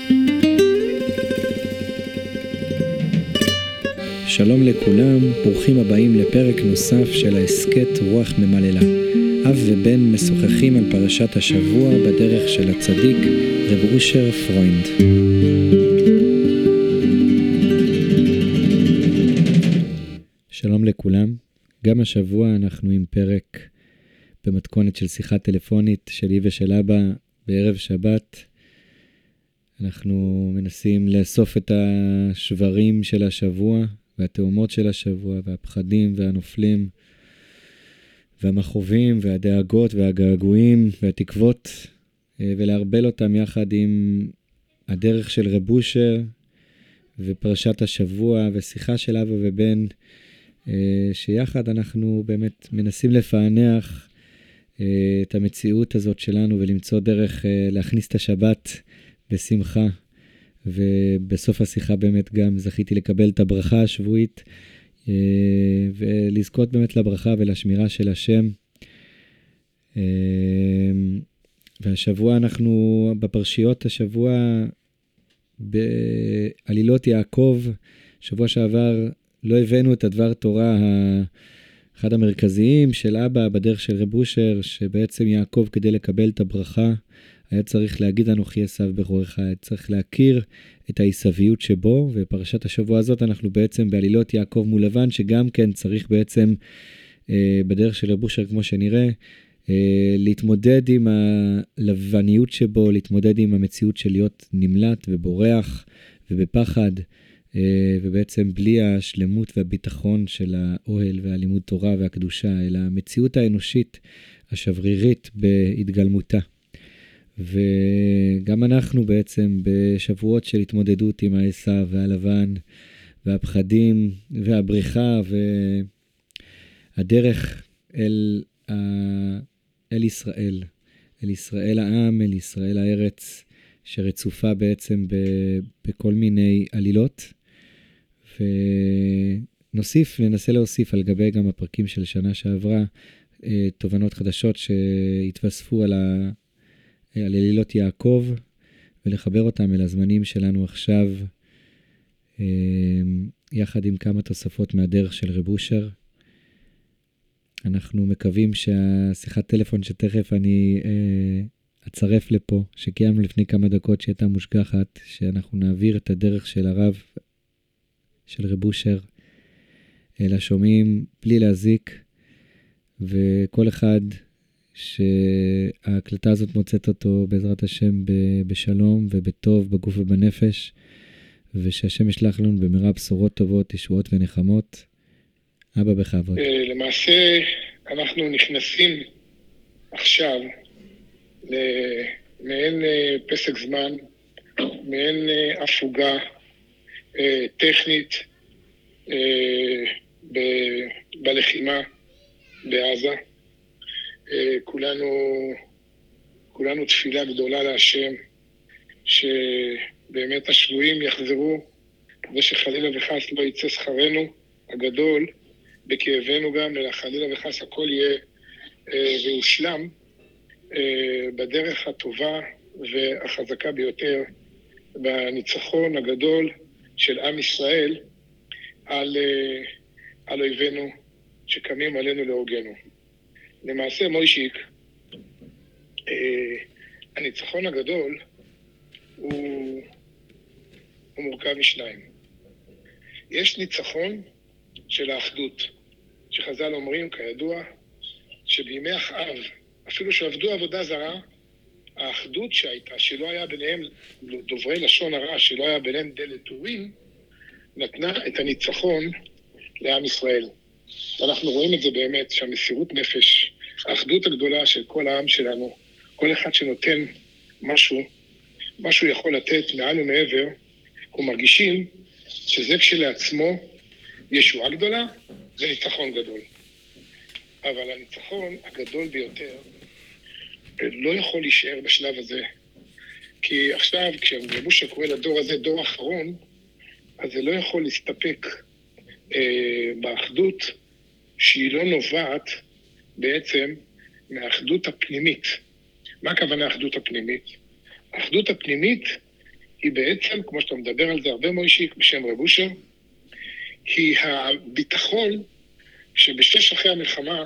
שלום לכולם, ברוכים הבאים לפרק נוסף של ההסכת רוח ממללה. אב ובן משוחחים על פרשת השבוע בדרך של הצדיק רב אושר פרוינד. שלום לכולם, גם השבוע אנחנו עם פרק במתכונת של שיחה טלפונית שלי ושל אבא בערב שבת. אנחנו מנסים לאסוף את השברים של השבוע והתאומות של השבוע והפחדים והנופלים והמחובים והדאגות והגעגועים והתקוות, ולהרבל אותם יחד עם הדרך של רב אושר ופרשת השבוע ושיחה של אבא ובן, שיחד אנחנו באמת מנסים לפענח את המציאות הזאת שלנו ולמצוא דרך להכניס את השבת בשמחה. ובסוף השיחה באמת גם זכיתי לקבל את הברכה השבועית ולזכות באמת לברכה ולשמירה של השם. והשבוע אנחנו בפרשיות השבוע בעלילות יעקב. שבוע שעבר לא הבאנו את הדבר תורה אחד המרכזיים של אבא בדרך של רב אושר, שבעצם יעקב כדי לקבל את הברכה היה צריך להגיד אנוכי עשיו בכורך, היה צריך להכיר את העשוויות שבו, ופרשת השבוע הזאת אנחנו בעצם בעלילות יעקב מול לבן, שגם כן צריך בעצם בדרך של רב אושר כמו שנראה, להתמודד עם הלבניות שבו, להתמודד עם המציאות של להיות נמלט ובורח ובפחד, ובעצם בלי השלמות והביטחון של האוהל והלימוד תורה והקדושה, אלא המציאות האנושית השברירית בהתגלמותה. וגם אנחנו בעצם בשבועות של התמודדות עם העשיו והלבן והפחדים והבריחה והדרך אל ישראל, אל ישראל העם, אל ישראל הארץ שרצופה בעצם בכל מיני עלילות. ננסה להוסיף על גבי גם הפרקים של שנה שעברה תובנות חדשות שהתווספו על עלילות יעקב, ולחבר אותם אל הזמנים שלנו עכשיו, יחד עם כמה תוספות מהדרך של רב אושר. אנחנו מקווים שהשיחת טלפון שתכף אני אצרף לפה, שקיימנו לפני כמה דקות שהייתה מושגחת, שאנחנו נעביר את הדרך של הרב של רב אושר אל השומעים בלי להזיק, וכל אחד שההקלטה הזאת מוצאת אותו בעזרת השם בשלום ובטוב בגוף ובנפש, ושהשם ישלח לנו במהרה בשורות טובות, ישועות ונחמות. אבא בכבוד. למעשה אנחנו נכנסים עכשיו למעין פסק זמן, מעין הפוגה טכנית בלחימה בעזה. כולנו תפילה גדולה להשם, שבאמת השבויים יחזרו, ושחלילה וחס לא יצא שכרנו הגדול בכאבנו גם, אלא חלילה וחס הכל יהיה ויושלם בדרך הטובה והחזקה ביותר, בניצחון הגדול של עם ישראל על אויבינו שקמים עלינו להורגנו. למעשה מוישיק, הניצחון הגדול הוא מורכב משניים. יש ניצחון של האחדות, שחז"ל אומרים כידוע, שבימי אחאב, אפילו שעבדו עבודה זרה, האחדות שהייתה, שלא היה ביניהם דוברי לשון הרע, שלא היה ביניהם דלת אורים, נתנה את הניצחון לעם ישראל. אנחנו רואים את זה באמת, שהמסירות נפש, האחדות הגדולה של כל העם שלנו, כל אחד שנותן משהו יכול לתת מעל ומעבר, אנחנו מרגישים שזה כשלעצמו ישועה גדולה, זה ניצחון גדול. אבל הניצחון הגדול ביותר לא יכול להישאר בשלב הזה. כי עכשיו, כשרב אושר קורא לדור הזה דור אחרון, אז זה לא יכול להסתפק באחדות שהיא לא נובעת בעצם מהאחדות הפנימית. מה הכוונה האחדות הפנימית? האחדות הפנימית היא בעצם, כמו שאתה מדבר על זה הרבה מוישיק, בשם רב אושר, היא הביטחון שבשש אחרי המלחמה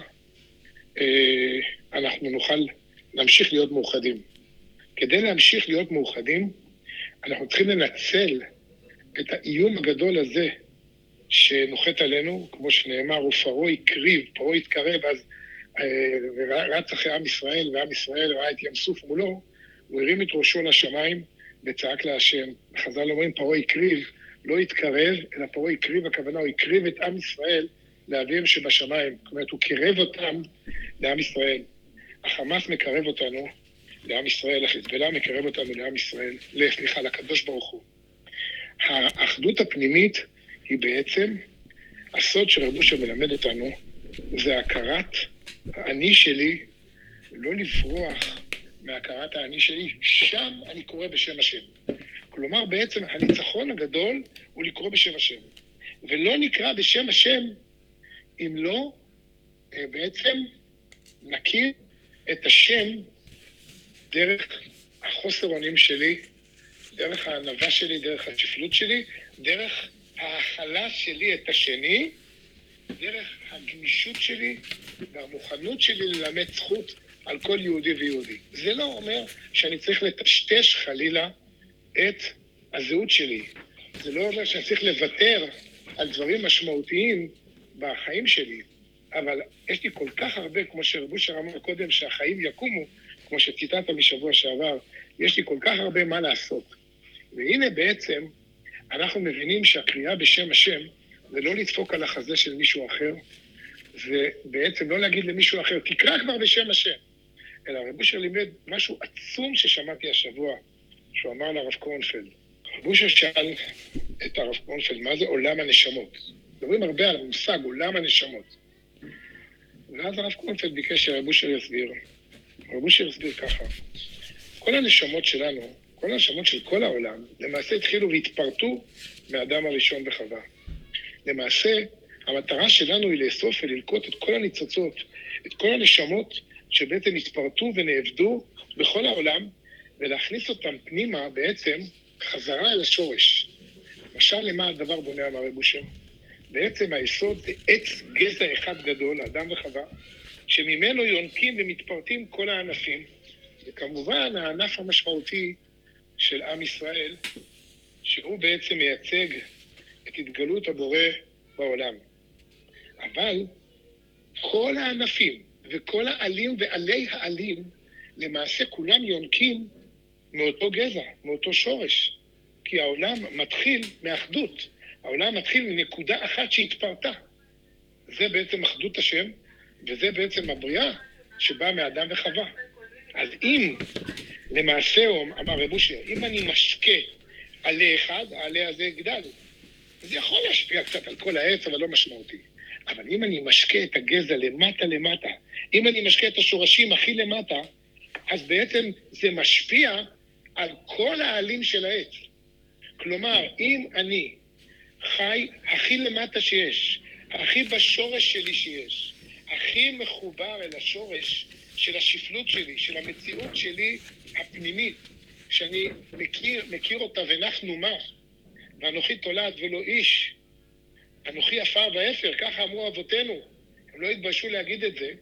אנחנו נוכל להמשיך להיות מאוחדים. כדי להמשיך להיות מאוחדים, אנחנו צריכים לנצל את האיום הגדול הזה שנוחת עלינו, כמו שנאמר, ופרעה הקריב, פרעה התקרב, אז רץ אחרי עם ישראל, ועם ישראל ראה את ים סוף מולו, הוא הרים את ראשו לשמיים וצעק להשם. חז"ל אומרים, פרעה הקריב, לא התקרב, אלא פרעה הקריב, הכוונה, הוא הקריב את עם ישראל לאביהם שבשמיים. זאת אומרת, הוא קירב אותם לעם ישראל. החמאס מקרב אותנו לעם ישראל, החיזבאללה מקרב אותנו לעם ישראל, סליחה, לקדוש ברוך הוא. האחדות הפנימית היא בעצם, הסוד שרב אושר מלמד אותנו, זה הכרת האני שלי, לא לברוח מהכרת האני שלי, שם אני קורא בשם השם. כלומר, בעצם הניצחון הגדול הוא לקרוא בשם השם. ולא נקרא בשם השם אם לא בעצם נכיר את השם דרך החוסר אונים שלי, דרך הענווה שלי, דרך השפלות שלי, דרך ההכלה שלי את השני, דרך הגמישות שלי והמוכנות שלי ללמד זכות על כל יהודי ויהודי. זה לא אומר שאני צריך לטשטש חלילה את הזהות שלי. זה לא אומר שאני צריך לוותר על דברים משמעותיים בחיים שלי. אבל יש לי כל כך הרבה, כמו שרב אושר אמר קודם, שהחיים יקומו, כמו שציטטת משבוע שעבר, יש לי כל כך הרבה מה לעשות. והנה בעצם אנחנו מבינים שהקריאה בשם השם זה לא לדפוק על החזה של מישהו אחר, זה בעצם לא להגיד למישהו אחר, תקרא כבר בשם השם. אלא רב אושר לימד משהו עצום ששמעתי השבוע, שהוא אמר לרב קורנפלד. רב אושר שאל את הרב קורנפלד, מה זה עולם הנשמות? מדברים הרבה על המושג עולם הנשמות. ואז הרב קורנפלד ביקש שרב אושר יסביר. רב אושר יסביר ככה, כל הנשמות שלנו, כל הנשמות של כל העולם, למעשה התחילו והתפרטו מהאדם הראשון בחווה. למעשה, המטרה שלנו היא לאסוף וללקוט את כל הניצוצות, את כל הנשמות שבעצם התפרטו ונעבדו בכל העולם, ולהכניס אותם פנימה בעצם חזרה אל השורש. משל למה הדבר בונה אמר רב אושר? בעצם היסוד זה עץ גזע אחד גדול, אדם וחווה, שממנו יונקים ומתפרטים כל הענפים, וכמובן הענף המשמעותי של עם ישראל, שהוא בעצם מייצג את התגלות הבורא בעולם. אבל כל הענפים וכל העלים ועלי העלים, למעשה כולם יונקים מאותו גזע, מאותו שורש. כי העולם מתחיל מאחדות. העולם מתחיל מנקודה אחת שהתפרטה. זה בעצם אחדות השם, וזה בעצם הבריאה שבאה מאדם וחווה. אז אם, למעשה, אמר רב אושר, אם אני משקה עלה אחד, העלה הזה יגדל. זה יכול להשפיע קצת על כל העץ, אבל לא משמעותי. אבל אם אני משקה את הגזע למטה, אם אני משקה את השורשים הכי למטה, אז בעצם זה משפיע על כל העלים של העץ. כלומר, אם אני חי הכי למטה שיש, הכי בשורש שלי שיש, הכי מחובר אל השורש של השפלות שלי, של המציאות שלי הפנימית, שאני מכיר אותה ואנחנו מה, ואנוכי תולד ולא איש, אנוכי עפר ואפר, ככה אמרו אבותינו, הם לא התביישו להגיד את זה,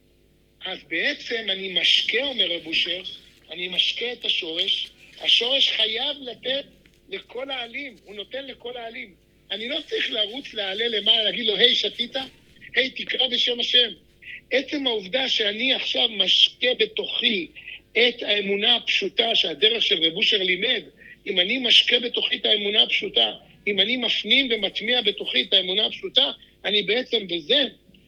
אז בעצם אני משקה, אומר רב אושר, אני משקה את השורש, השורש חייב לתת לכל העלים, הוא נותן לכל העלים. אני לא צריך לרוץ לעלה למעלה, להגיד לו, היי, שתית? היי, תקרא בשם השם. עצם העובדה שאני עכשיו משקה בתוכי את האמונה הפשוטה שהדרך של רב אושר לימד, אם אני משקה בתוכי את האמונה הפשוטה, אם אני מפנים ומטמיע בתוכי את האמונה הפשוטה, אני בעצם בזה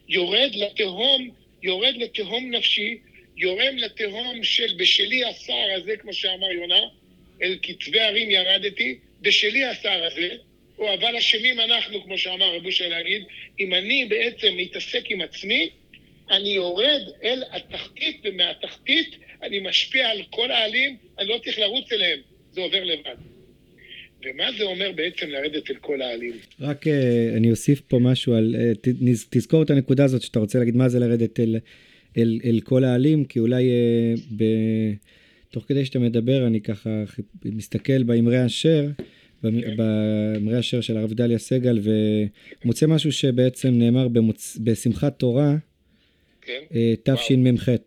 יורד לתהום נפשי, יורם לתהום של בשלי השר הזה, כמו שאמר יונה, אל כתבי הרים ירדתי, בשלי השר הזה, או אבל אשמים אנחנו, כמו שאמר רב אושר להגיד, אם אני בעצם מתעסק עם עצמי, אני יורד אל התחתית, ומהתחתית אני משפיע על כל העלים, אני לא צריך לרוץ אליהם, זה עובר לבד. ומה זה אומר בעצם לרדת אל כל העלים? רק אני אוסיף פה משהו על, תזכור את הנקודה הזאת שאתה רוצה להגיד מה זה לרדת אל כל העלים, כי אולי תוך כדי שאתה מדבר, אני ככה מסתכל באמרי אשר, באמרי אשר של הרב דליה סגל, ומוצא משהו שבעצם נאמר בשמחת תורה, תשמ"ח.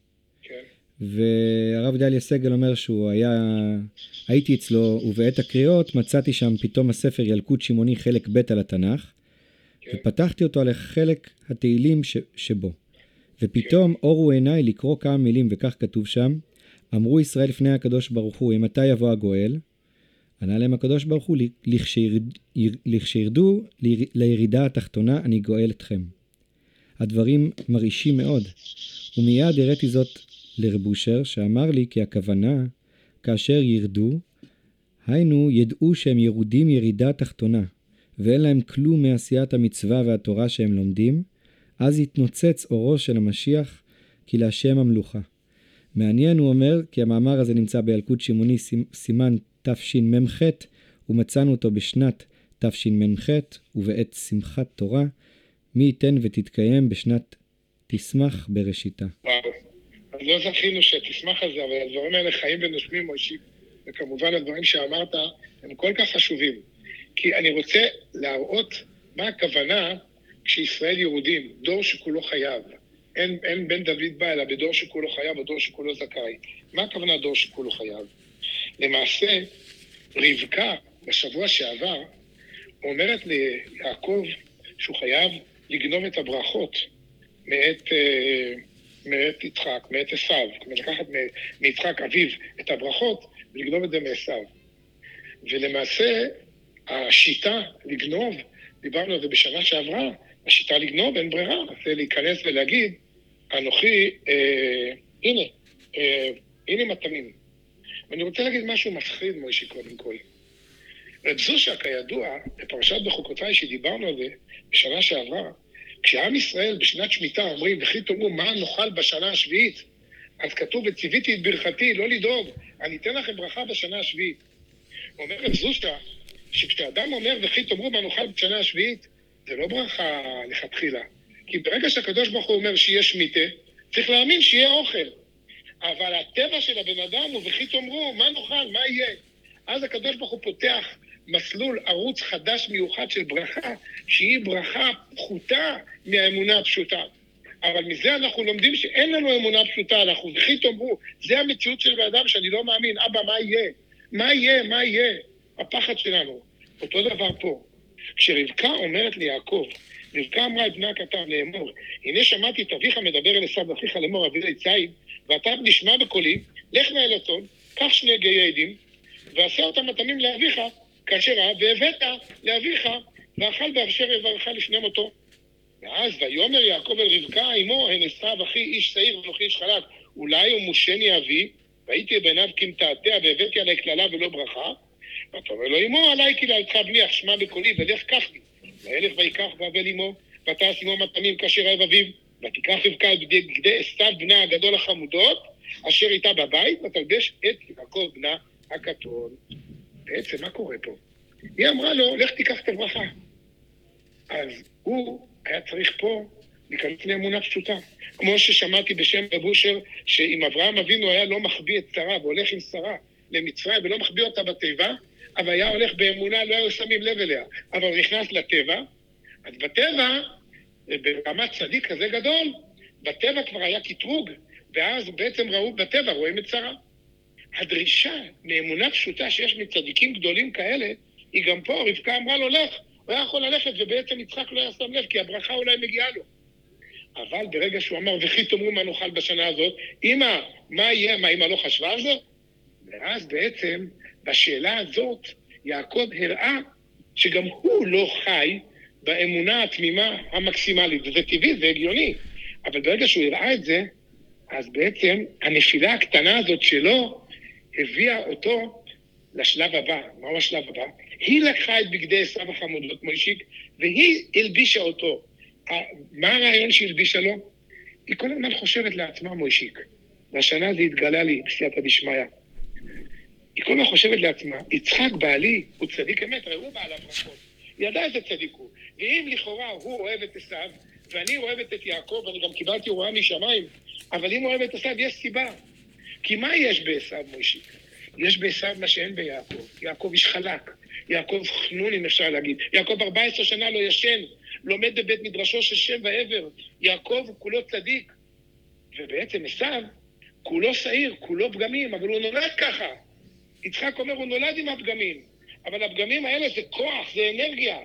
והרב דליה סגל אומר שהוא הייתי אצלו, ובעת הקריאות מצאתי שם פתאום הספר ילקוט שמעוני חלק ב' על התנ"ך, ופתחתי אותו על חלק התהילים שבו. ופתאום אורו עיניי לקרוא כמה מילים, וכך כתוב שם, אמרו ישראל לפני הקדוש ברוך הוא, מתי יבוא הגואל? ענה להם הקדוש ברוך הוא, לכשירדו לירידה התחתונה, אני גואל אתכם. הדברים מרעישים מאוד, ומיד הראיתי זאת לרבושר, שאמר לי כי הכוונה, כאשר ירדו, היינו ידעו שהם ירודים ירידה תחתונה, ואין להם כלום מעשיית המצווה והתורה שהם לומדים, אז יתנוצץ אורו של המשיח, כי להשם המלוכה. מעניין, הוא אומר, כי המאמר הזה נמצא בילקוט שמעוני סימן תשמ"ח, ומצאנו אותו בשנת תשמ"ח, ובעת שמחת תורה, מי ייתן ותתקיים בשנת תשמח בראשיתה. וואו, אז לא זכינו שתשמח על זה, אבל הדברים האלה חיים ונושמים, מוישי, וכמובן הדברים שאמרת הם כל כך חשובים. כי אני רוצה להראות מה הכוונה כשישראל יהודים, דור שכולו חייב. אין בן דוד בא אלא בדור שכולו חייב, בדור שכולו זכאי. מה הכוונה דור שכולו חייב? למעשה, רבקה בשבוע שעבר אומרת ליעקב שהוא חייב לגנוב את הברכות מאת יצחק, מאת עשיו. זאת אומרת, לקחת מיצחק אביו את הברכות ולגנוב את זה מעשיו. ולמעשה, השיטה לגנוב, דיברנו על זה בשנה שעברה, השיטה לגנוב אין ברירה, זה להיכנס ולהגיד, אנוכי, הנה מתנים. ואני רוצה להגיד משהו מפחיד, מוישי, קודם כל. רב זושה, כידוע, בפרשת בחוקותיי שדיברנו על זה בשנה שעברה, כשעם ישראל בשנת שמיטה אומרים, וכי תאמרו מה נאכל בשנה השביעית, אז כתוב, וציוויתי את ברכתי, לא לדאוג, אני אתן לכם ברכה בשנה השביעית. אומר רב זושה, שכשאדם אומר, וכי תאמרו מה נאכל בשנה השביעית, זה לא ברכה לכתחילה. כי ברגע שהקדוש ברוך הוא אומר שיהיה שמיטה, צריך להאמין שיהיה אוכל. אבל הטבע של הבן אדם הוא, וכי תאמרו, מה נאכל, מה יהיה? אז הקדוש ברוך הוא פותח מסלול, ערוץ חדש מיוחד של ברכה, שהיא ברכה פחותה מהאמונה הפשוטה. אבל מזה אנחנו לומדים שאין לנו אמונה פשוטה, אנחנו וכי תאמרו, זה המציאות של בן אדם שאני לא מאמין, אבא, מה יהיה? מה יהיה? מה יהיה? הפחד שלנו. אותו דבר פה. כשרבקה אומרת ליעקב, רבקה אמרה את בנה הקטן לאמור, הנה שמעתי את אביך מדבר אל עשיו ואחיך לאמור אביא לי ציד, ואתה נשמע בקולי, לך נא אל הצאן, קח שני גיא עדים, ועשה אותם מתנים לאביך, כאשר והבאת לאביך, ואכל באשר יברך לפני מותו. ואז ויאמר יעקב אל רבקה עמו, הן עשיו אחי איש שעיר ואנוכי איש חלק, אולי הוא מושני אבי, והייתי בעיניו כמתעתע והבאתי עלי קללה ולא ברכה, ואתה אומר לו עמו עלי כי לעלתך בני אשמע בקולי ולך קח לי. וילך ויקח ואבל עמו, ותעש עמו מתנים כאשר אהב אביו, ותיקח רבקה את בגדי עשיו בנה הגדול החמודות, אשר איתה בבית, ותלבש את יעקב בנה הקטון. בעצם מה קורה פה? היא אמרה לו, לך תיקח את הברכה. אז הוא היה צריך פה להיכנס לאמונה פשוטה. כמו ששמעתי בשם רבושר, שאם אברהם אבינו היה לא מחביא את שרה, והולך עם שרה למצרים, ולא מחביא אותה בטבע, אבל היה הולך באמונה, לא היו שמים לב אליה. אבל הוא נכנס לטבע, אז בטבע, ברמת צדיק כזה גדול, בטבע כבר היה קטרוג, ואז בעצם בטבע רואים את שרה. הדרישה מאמונה פשוטה שיש מצדיקים גדולים כאלה, היא גם פה, רבקה אמרה לו, לך, הוא היה יכול ללכת, ובעצם יצחק לא היה שם לב, כי הברכה אולי מגיעה לו. אבל ברגע שהוא אמר, וכי תאמרו מה נאכל בשנה הזאת, אמא, מה יהיה, מה אמא לא חשבה על זה? ואז בעצם, בשאלה הזאת, יעקב הראה שגם הוא לא חי באמונה התמימה המקסימלית, וזה טבעי, זה הגיוני. אבל ברגע שהוא הראה את זה, אז בעצם הנפילה הקטנה הזאת שלו, הביאה אותו לשלב הבא. מהו השלב הבא? היא לקחה את בגדי עשיו החמודות, מוישיק, והיא הלבישה אותו. מה הרעיון שהיא הלבישה לו? היא כל הזמן חושבת לעצמה, מוישיק. והשנה זה התגלה לי, בסייעתא דשמיא. היא כל הזמן חושבת לעצמה, יצחק בעלי הוא צדיק אמת, הרי הוא בעל הברכות. היא ידעה איזה צדיק הוא. ואם לכאורה הוא אוהב את עשיו, ואני אוהבת את יעקב, ואני גם קיבלתי הוראה משמיים, אבל אם הוא אוהב את עשיו, יש סיבה. כי מה יש בעשיו, מוישי? יש בעשיו מה שאין ביעקב. יעקב איש חלק. יעקב חנון, אם אפשר להגיד. יעקב 14 שנה לא ישן. לומד בבית מדרשו של שם ועבר. יעקב הוא כולו צדיק. ובעצם עשיו, כולו שעיר, כולו פגמים, אבל הוא נולד ככה. יצחק אומר, הוא נולד עם הפגמים. אבל הפגמים האלה זה כוח, זה אנרגיה.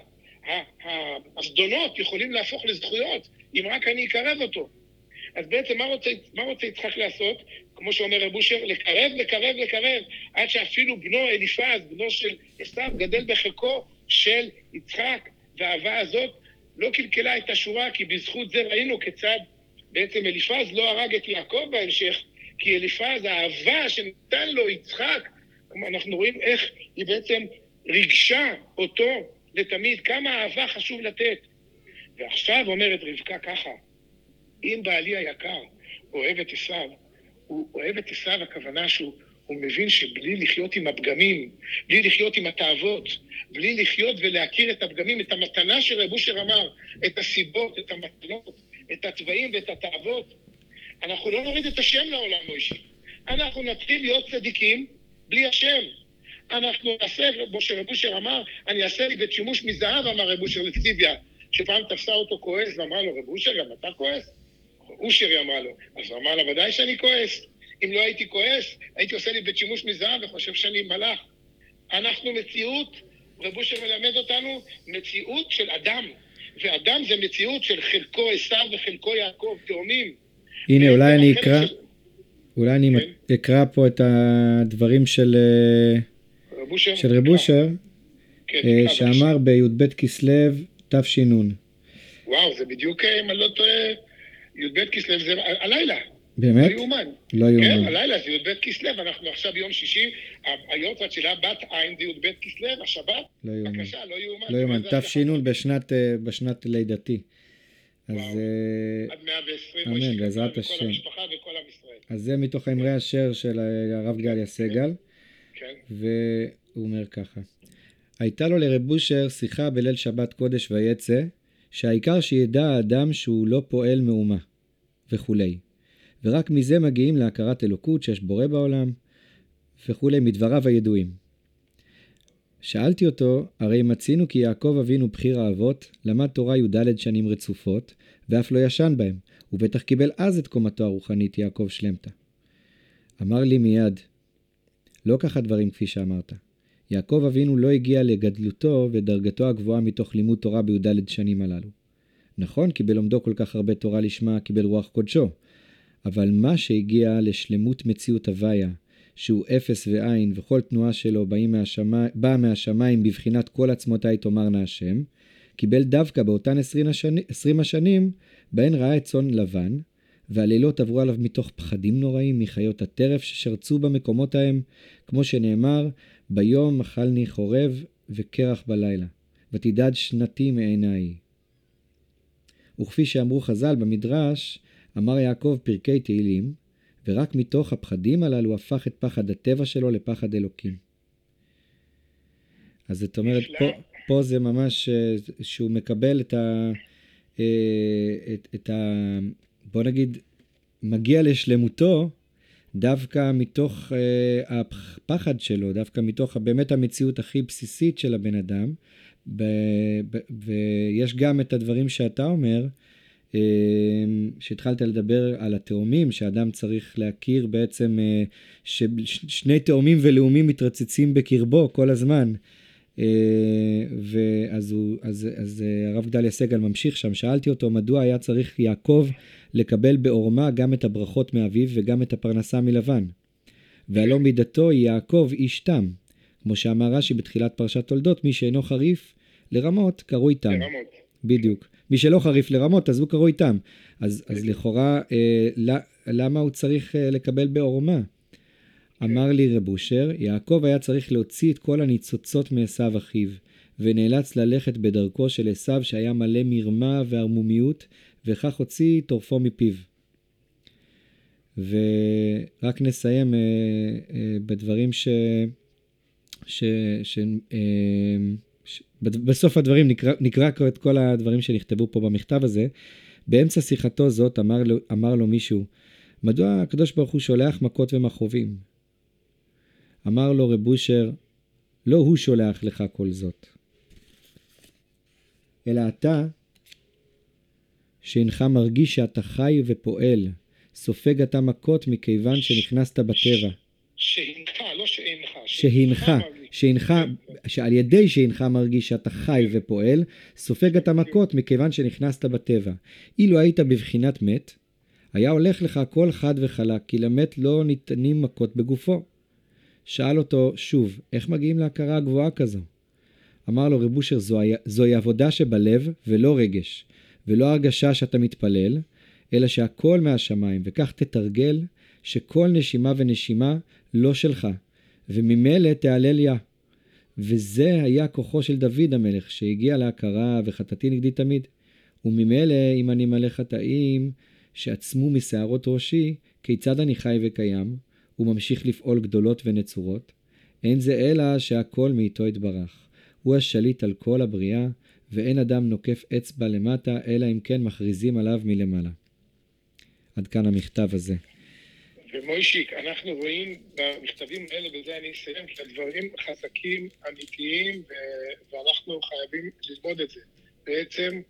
הזדונות יכולים להפוך לזכויות, אם רק אני אקרב אותו. אז בעצם מה רוצה יצחק לעשות? כמו שאומר רב אושר, לקרב, עד שאפילו בנו אליפז, בנו של עשיו, גדל בחלקו של יצחק, והאהבה הזאת לא קלקלה את השורה, כי בזכות זה ראינו כיצד בעצם אליפז לא הרג את יעקב בהמשך, כי אליפז, האהבה שנתן לו יצחק, אנחנו רואים איך היא בעצם ריגשה אותו לתמיד, כמה אהבה חשוב לתת. ועכשיו אומרת רבקה ככה, אם בעלי היקר אוהב את עשיו, הוא אוהב את עשיו, הכוונה שהוא מבין שבלי לחיות עם הפגמים, בלי לחיות עם התאוות, בלי לחיות ולהכיר את הפגמים, את המתנה שרב אושר אמר, את הסיבות, את המתנות, את התוואים ואת התאוות, אנחנו לא נוריד את השם לעולם, מוישי. אנחנו נתחיל להיות צדיקים בלי השם. אנחנו נעשה, כמו שרב אושר אמר, אני אעשה לי בית שימוש מזהב, אמר רב אושר לציביה, שפעם תפסה אותו כועס, ואמרה לו, רב אושר, גם אתה כועס? אושר אמרה לו, אז הוא אמר לה, ודאי שאני כועס. אם לא הייתי כועס, הייתי עושה לי בית שימוש מזהב וחושב שאני מלאך. אנחנו מציאות, רב אושר מלמד אותנו, מציאות של אדם. ואדם זה מציאות של חלקו עשיו וחלקו יעקב, תאומים. הנה, אולי אני אקרא פה את הדברים של רב אושר, שאמר בי"ב כסלו תש"ן. וואו, זה בדיוק, אם אני לא טועה, י"ב כסלו זה הלילה. באמת? לא יאומן. לא יאומן. כן, הלילה זה י"ב כסלו, אנחנו עכשיו ביום שישי, היורצייט שלה בת עין זה י"ב כסלו, השבת. לא יאומן. בבקשה, לא יאומן. לא יאומן, תש"ן בשנת לידתי. אז עד 120, אמן, בעזרת השם. וכל המשפחה וכל עם ישראל. אז זה מתוך אמרי אשר של הרב גדליה סגל. כן. והוא אומר ככה, הייתה לו לרב אושר שיחה בליל שבת קודש ויצא, שהעיקר שידע האדם שהוא לא פועל מאומה, וכולי. ורק מזה מגיעים להכרת אלוקות שיש בורא בעולם, וכולי, מדבריו הידועים. שאלתי אותו, הרי מצינו כי יעקב אבינו בחיר האבות, למד תורה י"ד שנים רצופות, ואף לא ישן בהם, ובטח קיבל אז את קומתו הרוחנית יעקב שלמתה. אמר לי מיד, לא ככה דברים כפי שאמרת. יעקב אבינו לא הגיע לגדלותו ודרגתו הגבוהה מתוך לימוד תורה בי"ד שנים הללו. נכון, קיבל לומדו כל כך הרבה תורה לשמה, קיבל רוח קודשו, אבל מה שהגיע לשלמות מציאות הוויה, שהוא אפס ועין וכל תנועה שלו באה מהשמיים בבחינת כל עצמותיי תאמרנה השם, קיבל דווקא באותן 20 השנים בהן ראה את צאן לבן, והלילות עברו עליו מתוך פחדים נוראים מחיות הטרף ששרצו במקומות ההם, כמו שנאמר, ביום אכלני חורב וקרח בלילה, ותדד שנתי מעיניי. וכפי שאמרו חז"ל במדרש, אמר יעקב פרקי תהילים, ורק מתוך הפחדים הללו הפך את פחד הטבע שלו לפחד אלוקים. אז זאת אומרת, פה זה ממש שהוא מקבל את ה בוא נגיד, מגיע לשלמותו, דווקא מתוך הפחד שלו, דווקא מתוך באמת המציאות הכי בסיסית של הבן אדם, ויש גם את הדברים שאתה אומר, שהתחלת לדבר על התאומים, שאדם צריך להכיר בעצם ששני תאומים ולאומים מתרצצים בקרבו כל הזמן, אז הרב גדליה סגל ממשיך שם, שאלתי אותו מדוע היה צריך יעקב לקבל בעורמה גם את הברכות מאביו וגם את הפרנסה מלבן, והלא מידתו יעקב איש תם, כמו שאמר רש"י בתחילת פרשת תולדות, מי שאינו חריף לרמות קרוי תם. בדיוק. מי שלא חריף לרמות אז הוא קרוי תם. אז לכאורה למה הוא צריך לקבל בעורמה? אמר לי רב אושר, יעקב היה צריך להוציא את כל הניצוצות מעשיו אחיו, ונאלץ ללכת בדרכו של עשיו שהיה מלא מרמה וערמומיות, וכך הוציא טורפו מפיו. ורק נסיים בדברים בסוף הדברים נקרא את כל הדברים שנכתבו פה במכתב הזה. באמצע שיחתו זאת אמר לו מישהו, מדוע הקדוש ברוך הוא שולח מכות ומכאובים? אמר לו רב אושר, לא הוא שולח לך כל זאת, אלא אתה שאינך מרגיש שאתה חי ופועל, סופג אתה מכות מכיוון שנכנסת בטבע. שהנך, לא שהנך, שעל ידי שהנך מרגיש שאתה חי ופועל, סופג אתה מכות מכיוון שנכנסת בטבע. אילו היית בבחינת מת, היה הולך לך הכל חד וחלק, כי למת לא ניתנים מכות בגופו. שאל אותו שוב, איך מגיעים להכרה הגבוהה כזו? אמר לו רב אושר, זוהי עבודה שבלב ולא רגש, ולא הרגשה שאתה מתפלל, אלא שהכל מהשמיים, וכך תתרגל שכל נשימה ונשימה לא שלך, וממילא תעלל יה. וזה היה כוחו של דוד המלך, שהגיע להכרה וחטאתי נגדי תמיד. וממילא אם אני מלא חטאים שעצמו משערות ראשי, כיצד אני חי וקיים, וממשיך לפעול גדולות ונצורות? אין זה אלא שהכל מאיתו יתברך. הוא השליט על כל הבריאה, ואין אדם נוקף אצבע למטה, אלא אם כן מכריזים עליו מלמעלה. עד כאן המכתב הזה. ומוישיק, אנחנו רואים במכתבים האלה, בזה אני אסיים, כי הדברים חזקים, אמיתיים, ואנחנו חייבים ללמוד את זה. בעצם,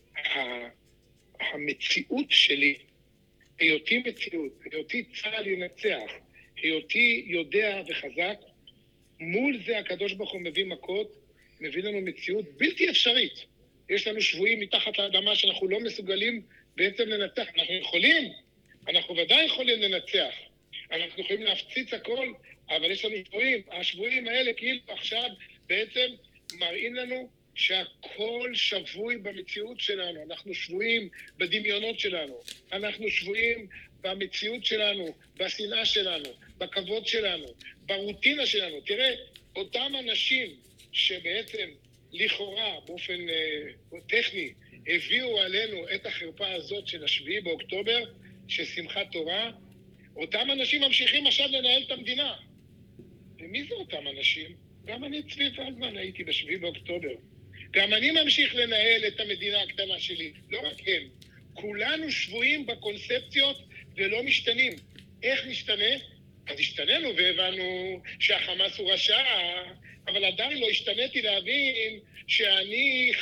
המציאות שלי, היותי מציאות, היותי צהל ינצח, היותי יודע וחזק, מול זה הקדוש ברוך הוא מביא מכות, מביא לנו מציאות בלתי אפשרית. יש לנו שבויים מתחת לאדמה שאנחנו לא מסוגלים בעצם לנצח. אנחנו ודאי יכולים לנצח. אנחנו יכולים להפציץ הכל, אבל יש לנו שבויים. השבויים האלה כאילו עכשיו בעצם מראים לנו שהכל שבוי במציאות שלנו. אנחנו שבויים בדמיונות שלנו. אנחנו שבויים במציאות שלנו, בשנאה שלנו, בכבוד שלנו, ברוטינה שלנו. תראה, אותם אנשים שבעצם לכאורה באופן טכני הביאו עלינו את החרפה הזאת של השביעי באוקטובר, של שמחת תורה, אותם אנשים ממשיכים עכשיו לנהל את המדינה. ומי זה אותם אנשים? גם אני צבי ולדמן הייתי בשביעי באוקטובר. גם אני ממשיך לנהל את המדינה הקטנה שלי. לא רק הם. כולנו שבויים בקונספציות ולא משתנים. איך נשתנה? אז השתננו והבנו שהחמאס הוא רשע, אבל עדיין לא השתניתי להבין שאני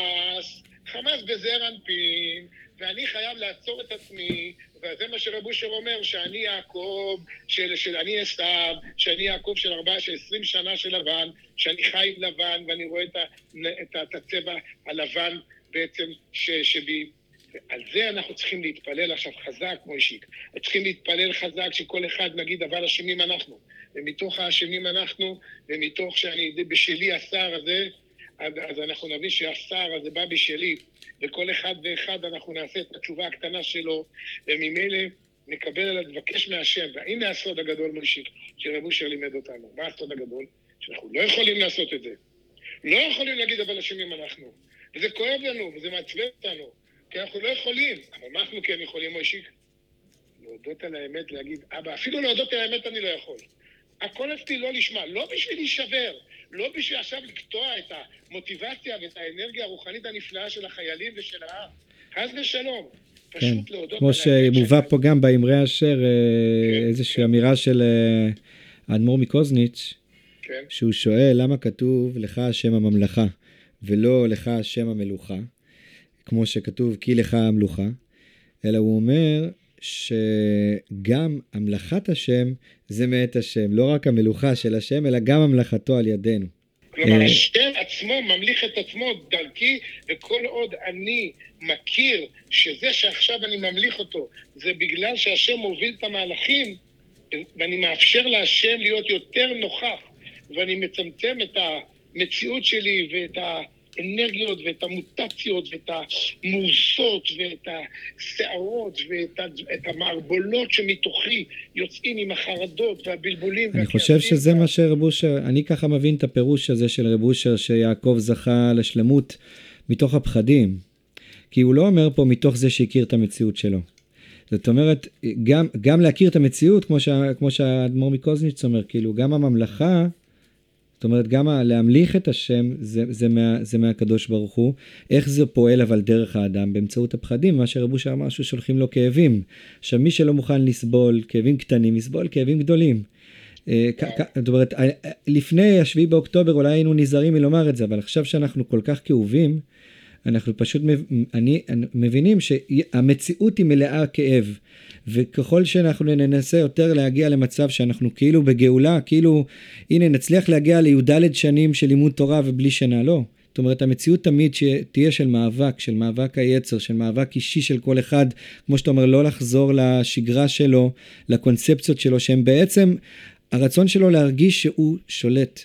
חמאס בזר אנפין, ואני חייב לעצור את עצמי, וזה מה שרב אושר אומר, שאני יעקב, אני אסתיו, שאני יעקב של 20 שנה של לבן, שאני חי עם לבן, ואני רואה את הצבע הלבן בעצם שבי. על זה אנחנו צריכים להתפלל עכשיו חזק, מוישיק. צריכים להתפלל חזק שכל אחד נגיד, אבל אשמים אנחנו. ומתוך האשמים אנחנו, ומתוך שאני בשלי השר הזה, אז אנחנו נבין שהשר הזה בא בשלי, וכל אחד ואחד אנחנו נעשה את התשובה הקטנה שלו, וממילא נקבל עליו, נבקש מהשם. והנה הסוד הגדול, מוישיק, שרב אושר לימד אותנו. מה הסוד הגדול? שאנחנו לא יכולים לעשות את זה. לא יכולים להגיד, אבל אשמים אנחנו. וזה כואב לנו, וזה מעצבן אותנו. כי אנחנו לא יכולים, אבל מה אנחנו כן יכולים, מוישיק? להודות על האמת, להגיד, אבא, אפילו להודות על האמת אני לא יכול. הכל אצלי לא לשמה, לא בשביל להישבר, לא בשביל עכשיו לקטוע את המוטיבציה ואת האנרגיה הרוחנית הנפלאה של החיילים ושל העם. חס ושלום. פשוט להודות כמו שמובא פה גם באמרי אשר, איזושהי אמירה של האדמו"ר מקוזניץ', שהוא שואל למה כתוב לך השם הממלכה, ולא לך השם המלוכה. כמו שכתוב, כי לך המלוכה, אלא הוא אומר שגם המלכת השם זה מאת השם, לא רק המלוכה של השם, אלא גם המלכתו על ידינו. כלומר, השם עצמו ממליך את עצמו דרכי, וכל עוד אני מכיר שזה שעכשיו אני ממליך אותו, זה בגלל שהשם מוביל את המהלכים, ואני מאפשר להשם להיות יותר נוכח, ואני מצמצם את המציאות שלי ואת האנרגיות ואת המוטציות ואת המורסות ואת השערות ואת המערבולות שמתוכי יוצאים עם החרדות והבלבולים. אני חושב שזה מה שרב אושר, אני ככה מבין את הפירוש הזה של רב אושר, שיעקב זכה לשלמות מתוך הפחדים, כי הוא לא אומר פה מתוך זה שהכיר את המציאות שלו. זאת אומרת, גם להכיר את המציאות, כמו שהאדמו"ר מקוזניץ אומר, כאילו גם הממלכה, זאת אומרת, גם להמליך את השם, זה מהקדוש ברוך הוא. איך זה פועל אבל דרך האדם? באמצעות הפחדים, מה שרב אושר אמר ששולחים לו כאבים. עכשיו, מי שלא מוכן לסבול כאבים קטנים, יסבול כאבים גדולים. זאת אומרת, לפני 7 באוקטובר אולי היינו נזהרים מלומר את זה, אבל עכשיו שאנחנו כל כך כאובים, אנחנו פשוט מבינים שהמציאות היא מלאה כאב, וככל שאנחנו ננסה יותר להגיע למצב שאנחנו כאילו בגאולה, כאילו, הנה נצליח להגיע לי"ד שנים של לימוד תורה ובלי שינה, לא. זאת אומרת, המציאות תמיד שתהיה של מאבק היצר, של מאבק אישי של כל אחד, כמו שאתה אומר, לא לחזור לשגרה שלו, לקונספציות שלו, שהם בעצם הרצון שלו להרגיש שהוא שולט,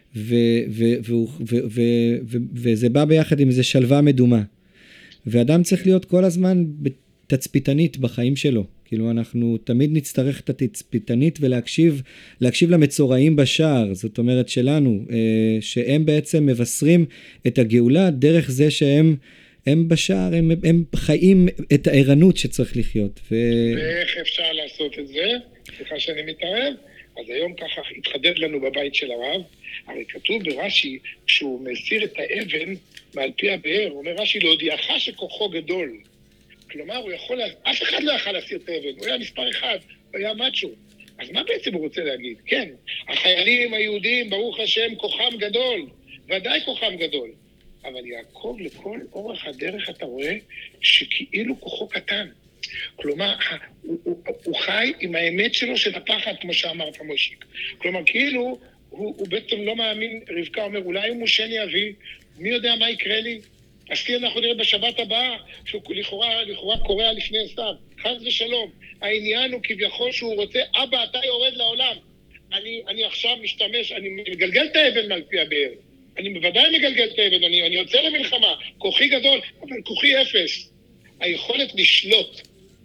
וזה בא ביחד עם איזה שלווה מדומה. ואדם צריך להיות כל הזמן תצפיתנית בחיים שלו. כאילו אנחנו תמיד נצטרך את התצפיתנית ולהקשיב למצורעים בשער, זאת אומרת שלנו, שהם בעצם מבשרים את הגאולה דרך זה שהם בשער, הם חיים את הערנות שצריך לחיות. ואיך אפשר לעשות את זה? סליחה שאני מתערב. אז היום ככה התחדד לנו בבית של הרב, הרי כתוב ברש"י, כשהוא מסיר את האבן מעל פי הבאר, הוא אומר רש"י, להודיעך שכוחו גדול. כלומר, אף אחד לא יכל להסיר את האבן, הוא היה מספר אחד, הוא היה מאצ'ו. אז מה בעצם הוא רוצה להגיד? כן, החיילים היהודים, ברוך השם, כוחם גדול, ודאי כוחם גדול. אבל יעקב לכל אורך הדרך אתה רואה שכאילו כוחו קטן. כלומר, הוא חי עם האמת שלו של הפחד, כמו שאמרת מושיק. כלומר, כאילו, הוא בעצם לא מאמין, רבקה אומר, אולי הוא מושני אבי, מי יודע מה יקרה לי? אז כי אנחנו נראה בשבת הבאה, שהוא לכאורה קורא לפני עשיו, חס ושלום. העניין הוא כביכול שהוא רוצה, אבא, אתה יורד לעולם. אני עכשיו משתמש, אני מגלגל את האבן מעל פי הבאר. אני בוודאי מגלגל את האבן, אני יוצא למלחמה. כוחי גדול, אבל כוחי אפס. היכולת לשלוט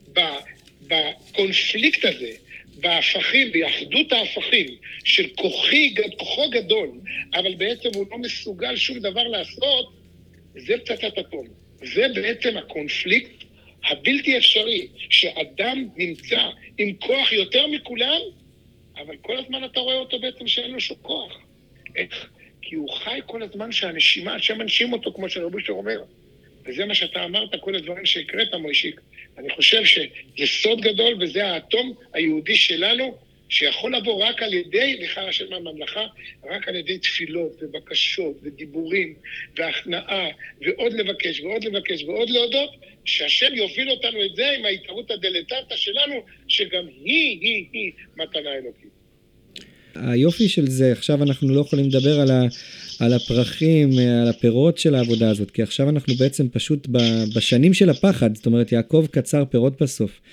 בקונפליקט הזה, בהפכים, באחדות ההפכים של כוחו גדול, אבל בעצם הוא לא מסוגל שום דבר לעשות, זה פצצת אטום. זה בעצם הקונפליקט הבלתי אפשרי, שאדם נמצא עם כוח יותר מכולם, אבל כל הזמן אתה רואה אותו בעצם שאין לו שום כוח. איך? כי הוא חי כל הזמן שהנשימה, שמנשים אותו כמו שרב אושר אומר. וזה מה שאתה אמרת, כל הדברים שהקראת, מוישיק. אני חושב שזה סוד גדול, וזה האטום היהודי שלנו, שיכול לבוא רק על ידי, לכן השם הממלכה, רק על ידי תפילות ובקשות ודיבורים והכנעה, ועוד לבקש ועוד לבקש ועוד להודות, שהשם יוביל אותנו את זה עם ההתערות הדלתתא שלנו, שגם היא מתנה אלוקית. היופי של זה, עכשיו אנחנו לא יכולים לדבר על הפרחים, על הפירות של העבודה הזאת, כי עכשיו אנחנו בעצם פשוט בשנים של הפחד, זאת אומרת יעקב קצר פירות בסוף,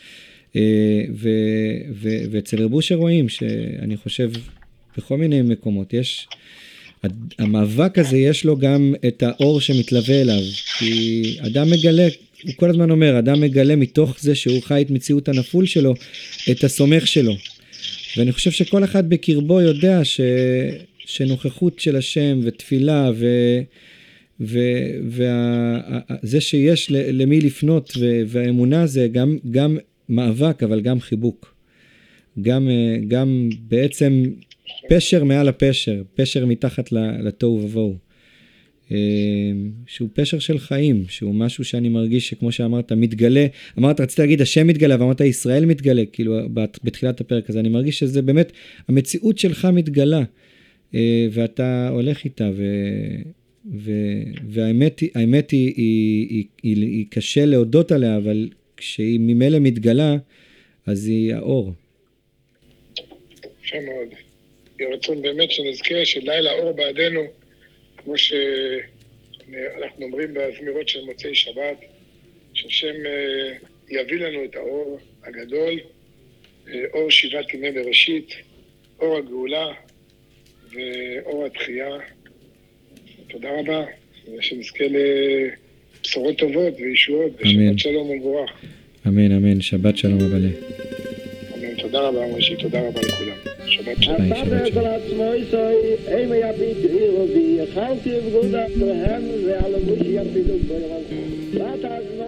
ואצל רב אושר רואים שאני חושב בכל מיני מקומות, המאבק הזה יש לו גם את האור שמתלווה אליו, כי אדם מגלה, הוא כל הזמן אומר, אדם מגלה מתוך זה שהוא חי את מציאות הנפול שלו, את הסומך שלו. ואני חושב שכל אחד בקרבו יודע שנוכחות של השם ותפילה וזה שיש למי לפנות והאמונה זה גם מאבק אבל גם חיבוק. גם בעצם פשר מעל הפשר, פשר מתחת לתוהו ובוהו. שהוא פשר של חיים, שהוא משהו שאני מרגיש שכמו שאמרת, מתגלה, רציתי להגיד, השם מתגלה, ואמרת, ישראל מתגלה, כאילו, בתחילת הפרק הזה, אני מרגיש שזה באמת, המציאות שלך מתגלה, ואתה הולך איתה, והאמת היא קשה להודות עליה, אבל כשהיא ממילא מתגלה, אז היא האור. יפה מאוד. יהיה רצון באמת שנזכה שלילה אור בעדנו, כמו שאנחנו אומרים בזמירות של מוצאי שבת, שהשם יביא לנו את האור הגדול, אור 7 ימי בראשית, אור הגאולה ואור התחייה. תודה רבה, שנזכה לבשורות טובות וישועות, ושבת שלום ומבורך. אמן, אמן, שבת שלום הבלה. אמן, תודה רבה משה, תודה רבה לכולם. שבת שלום. שבת שלום.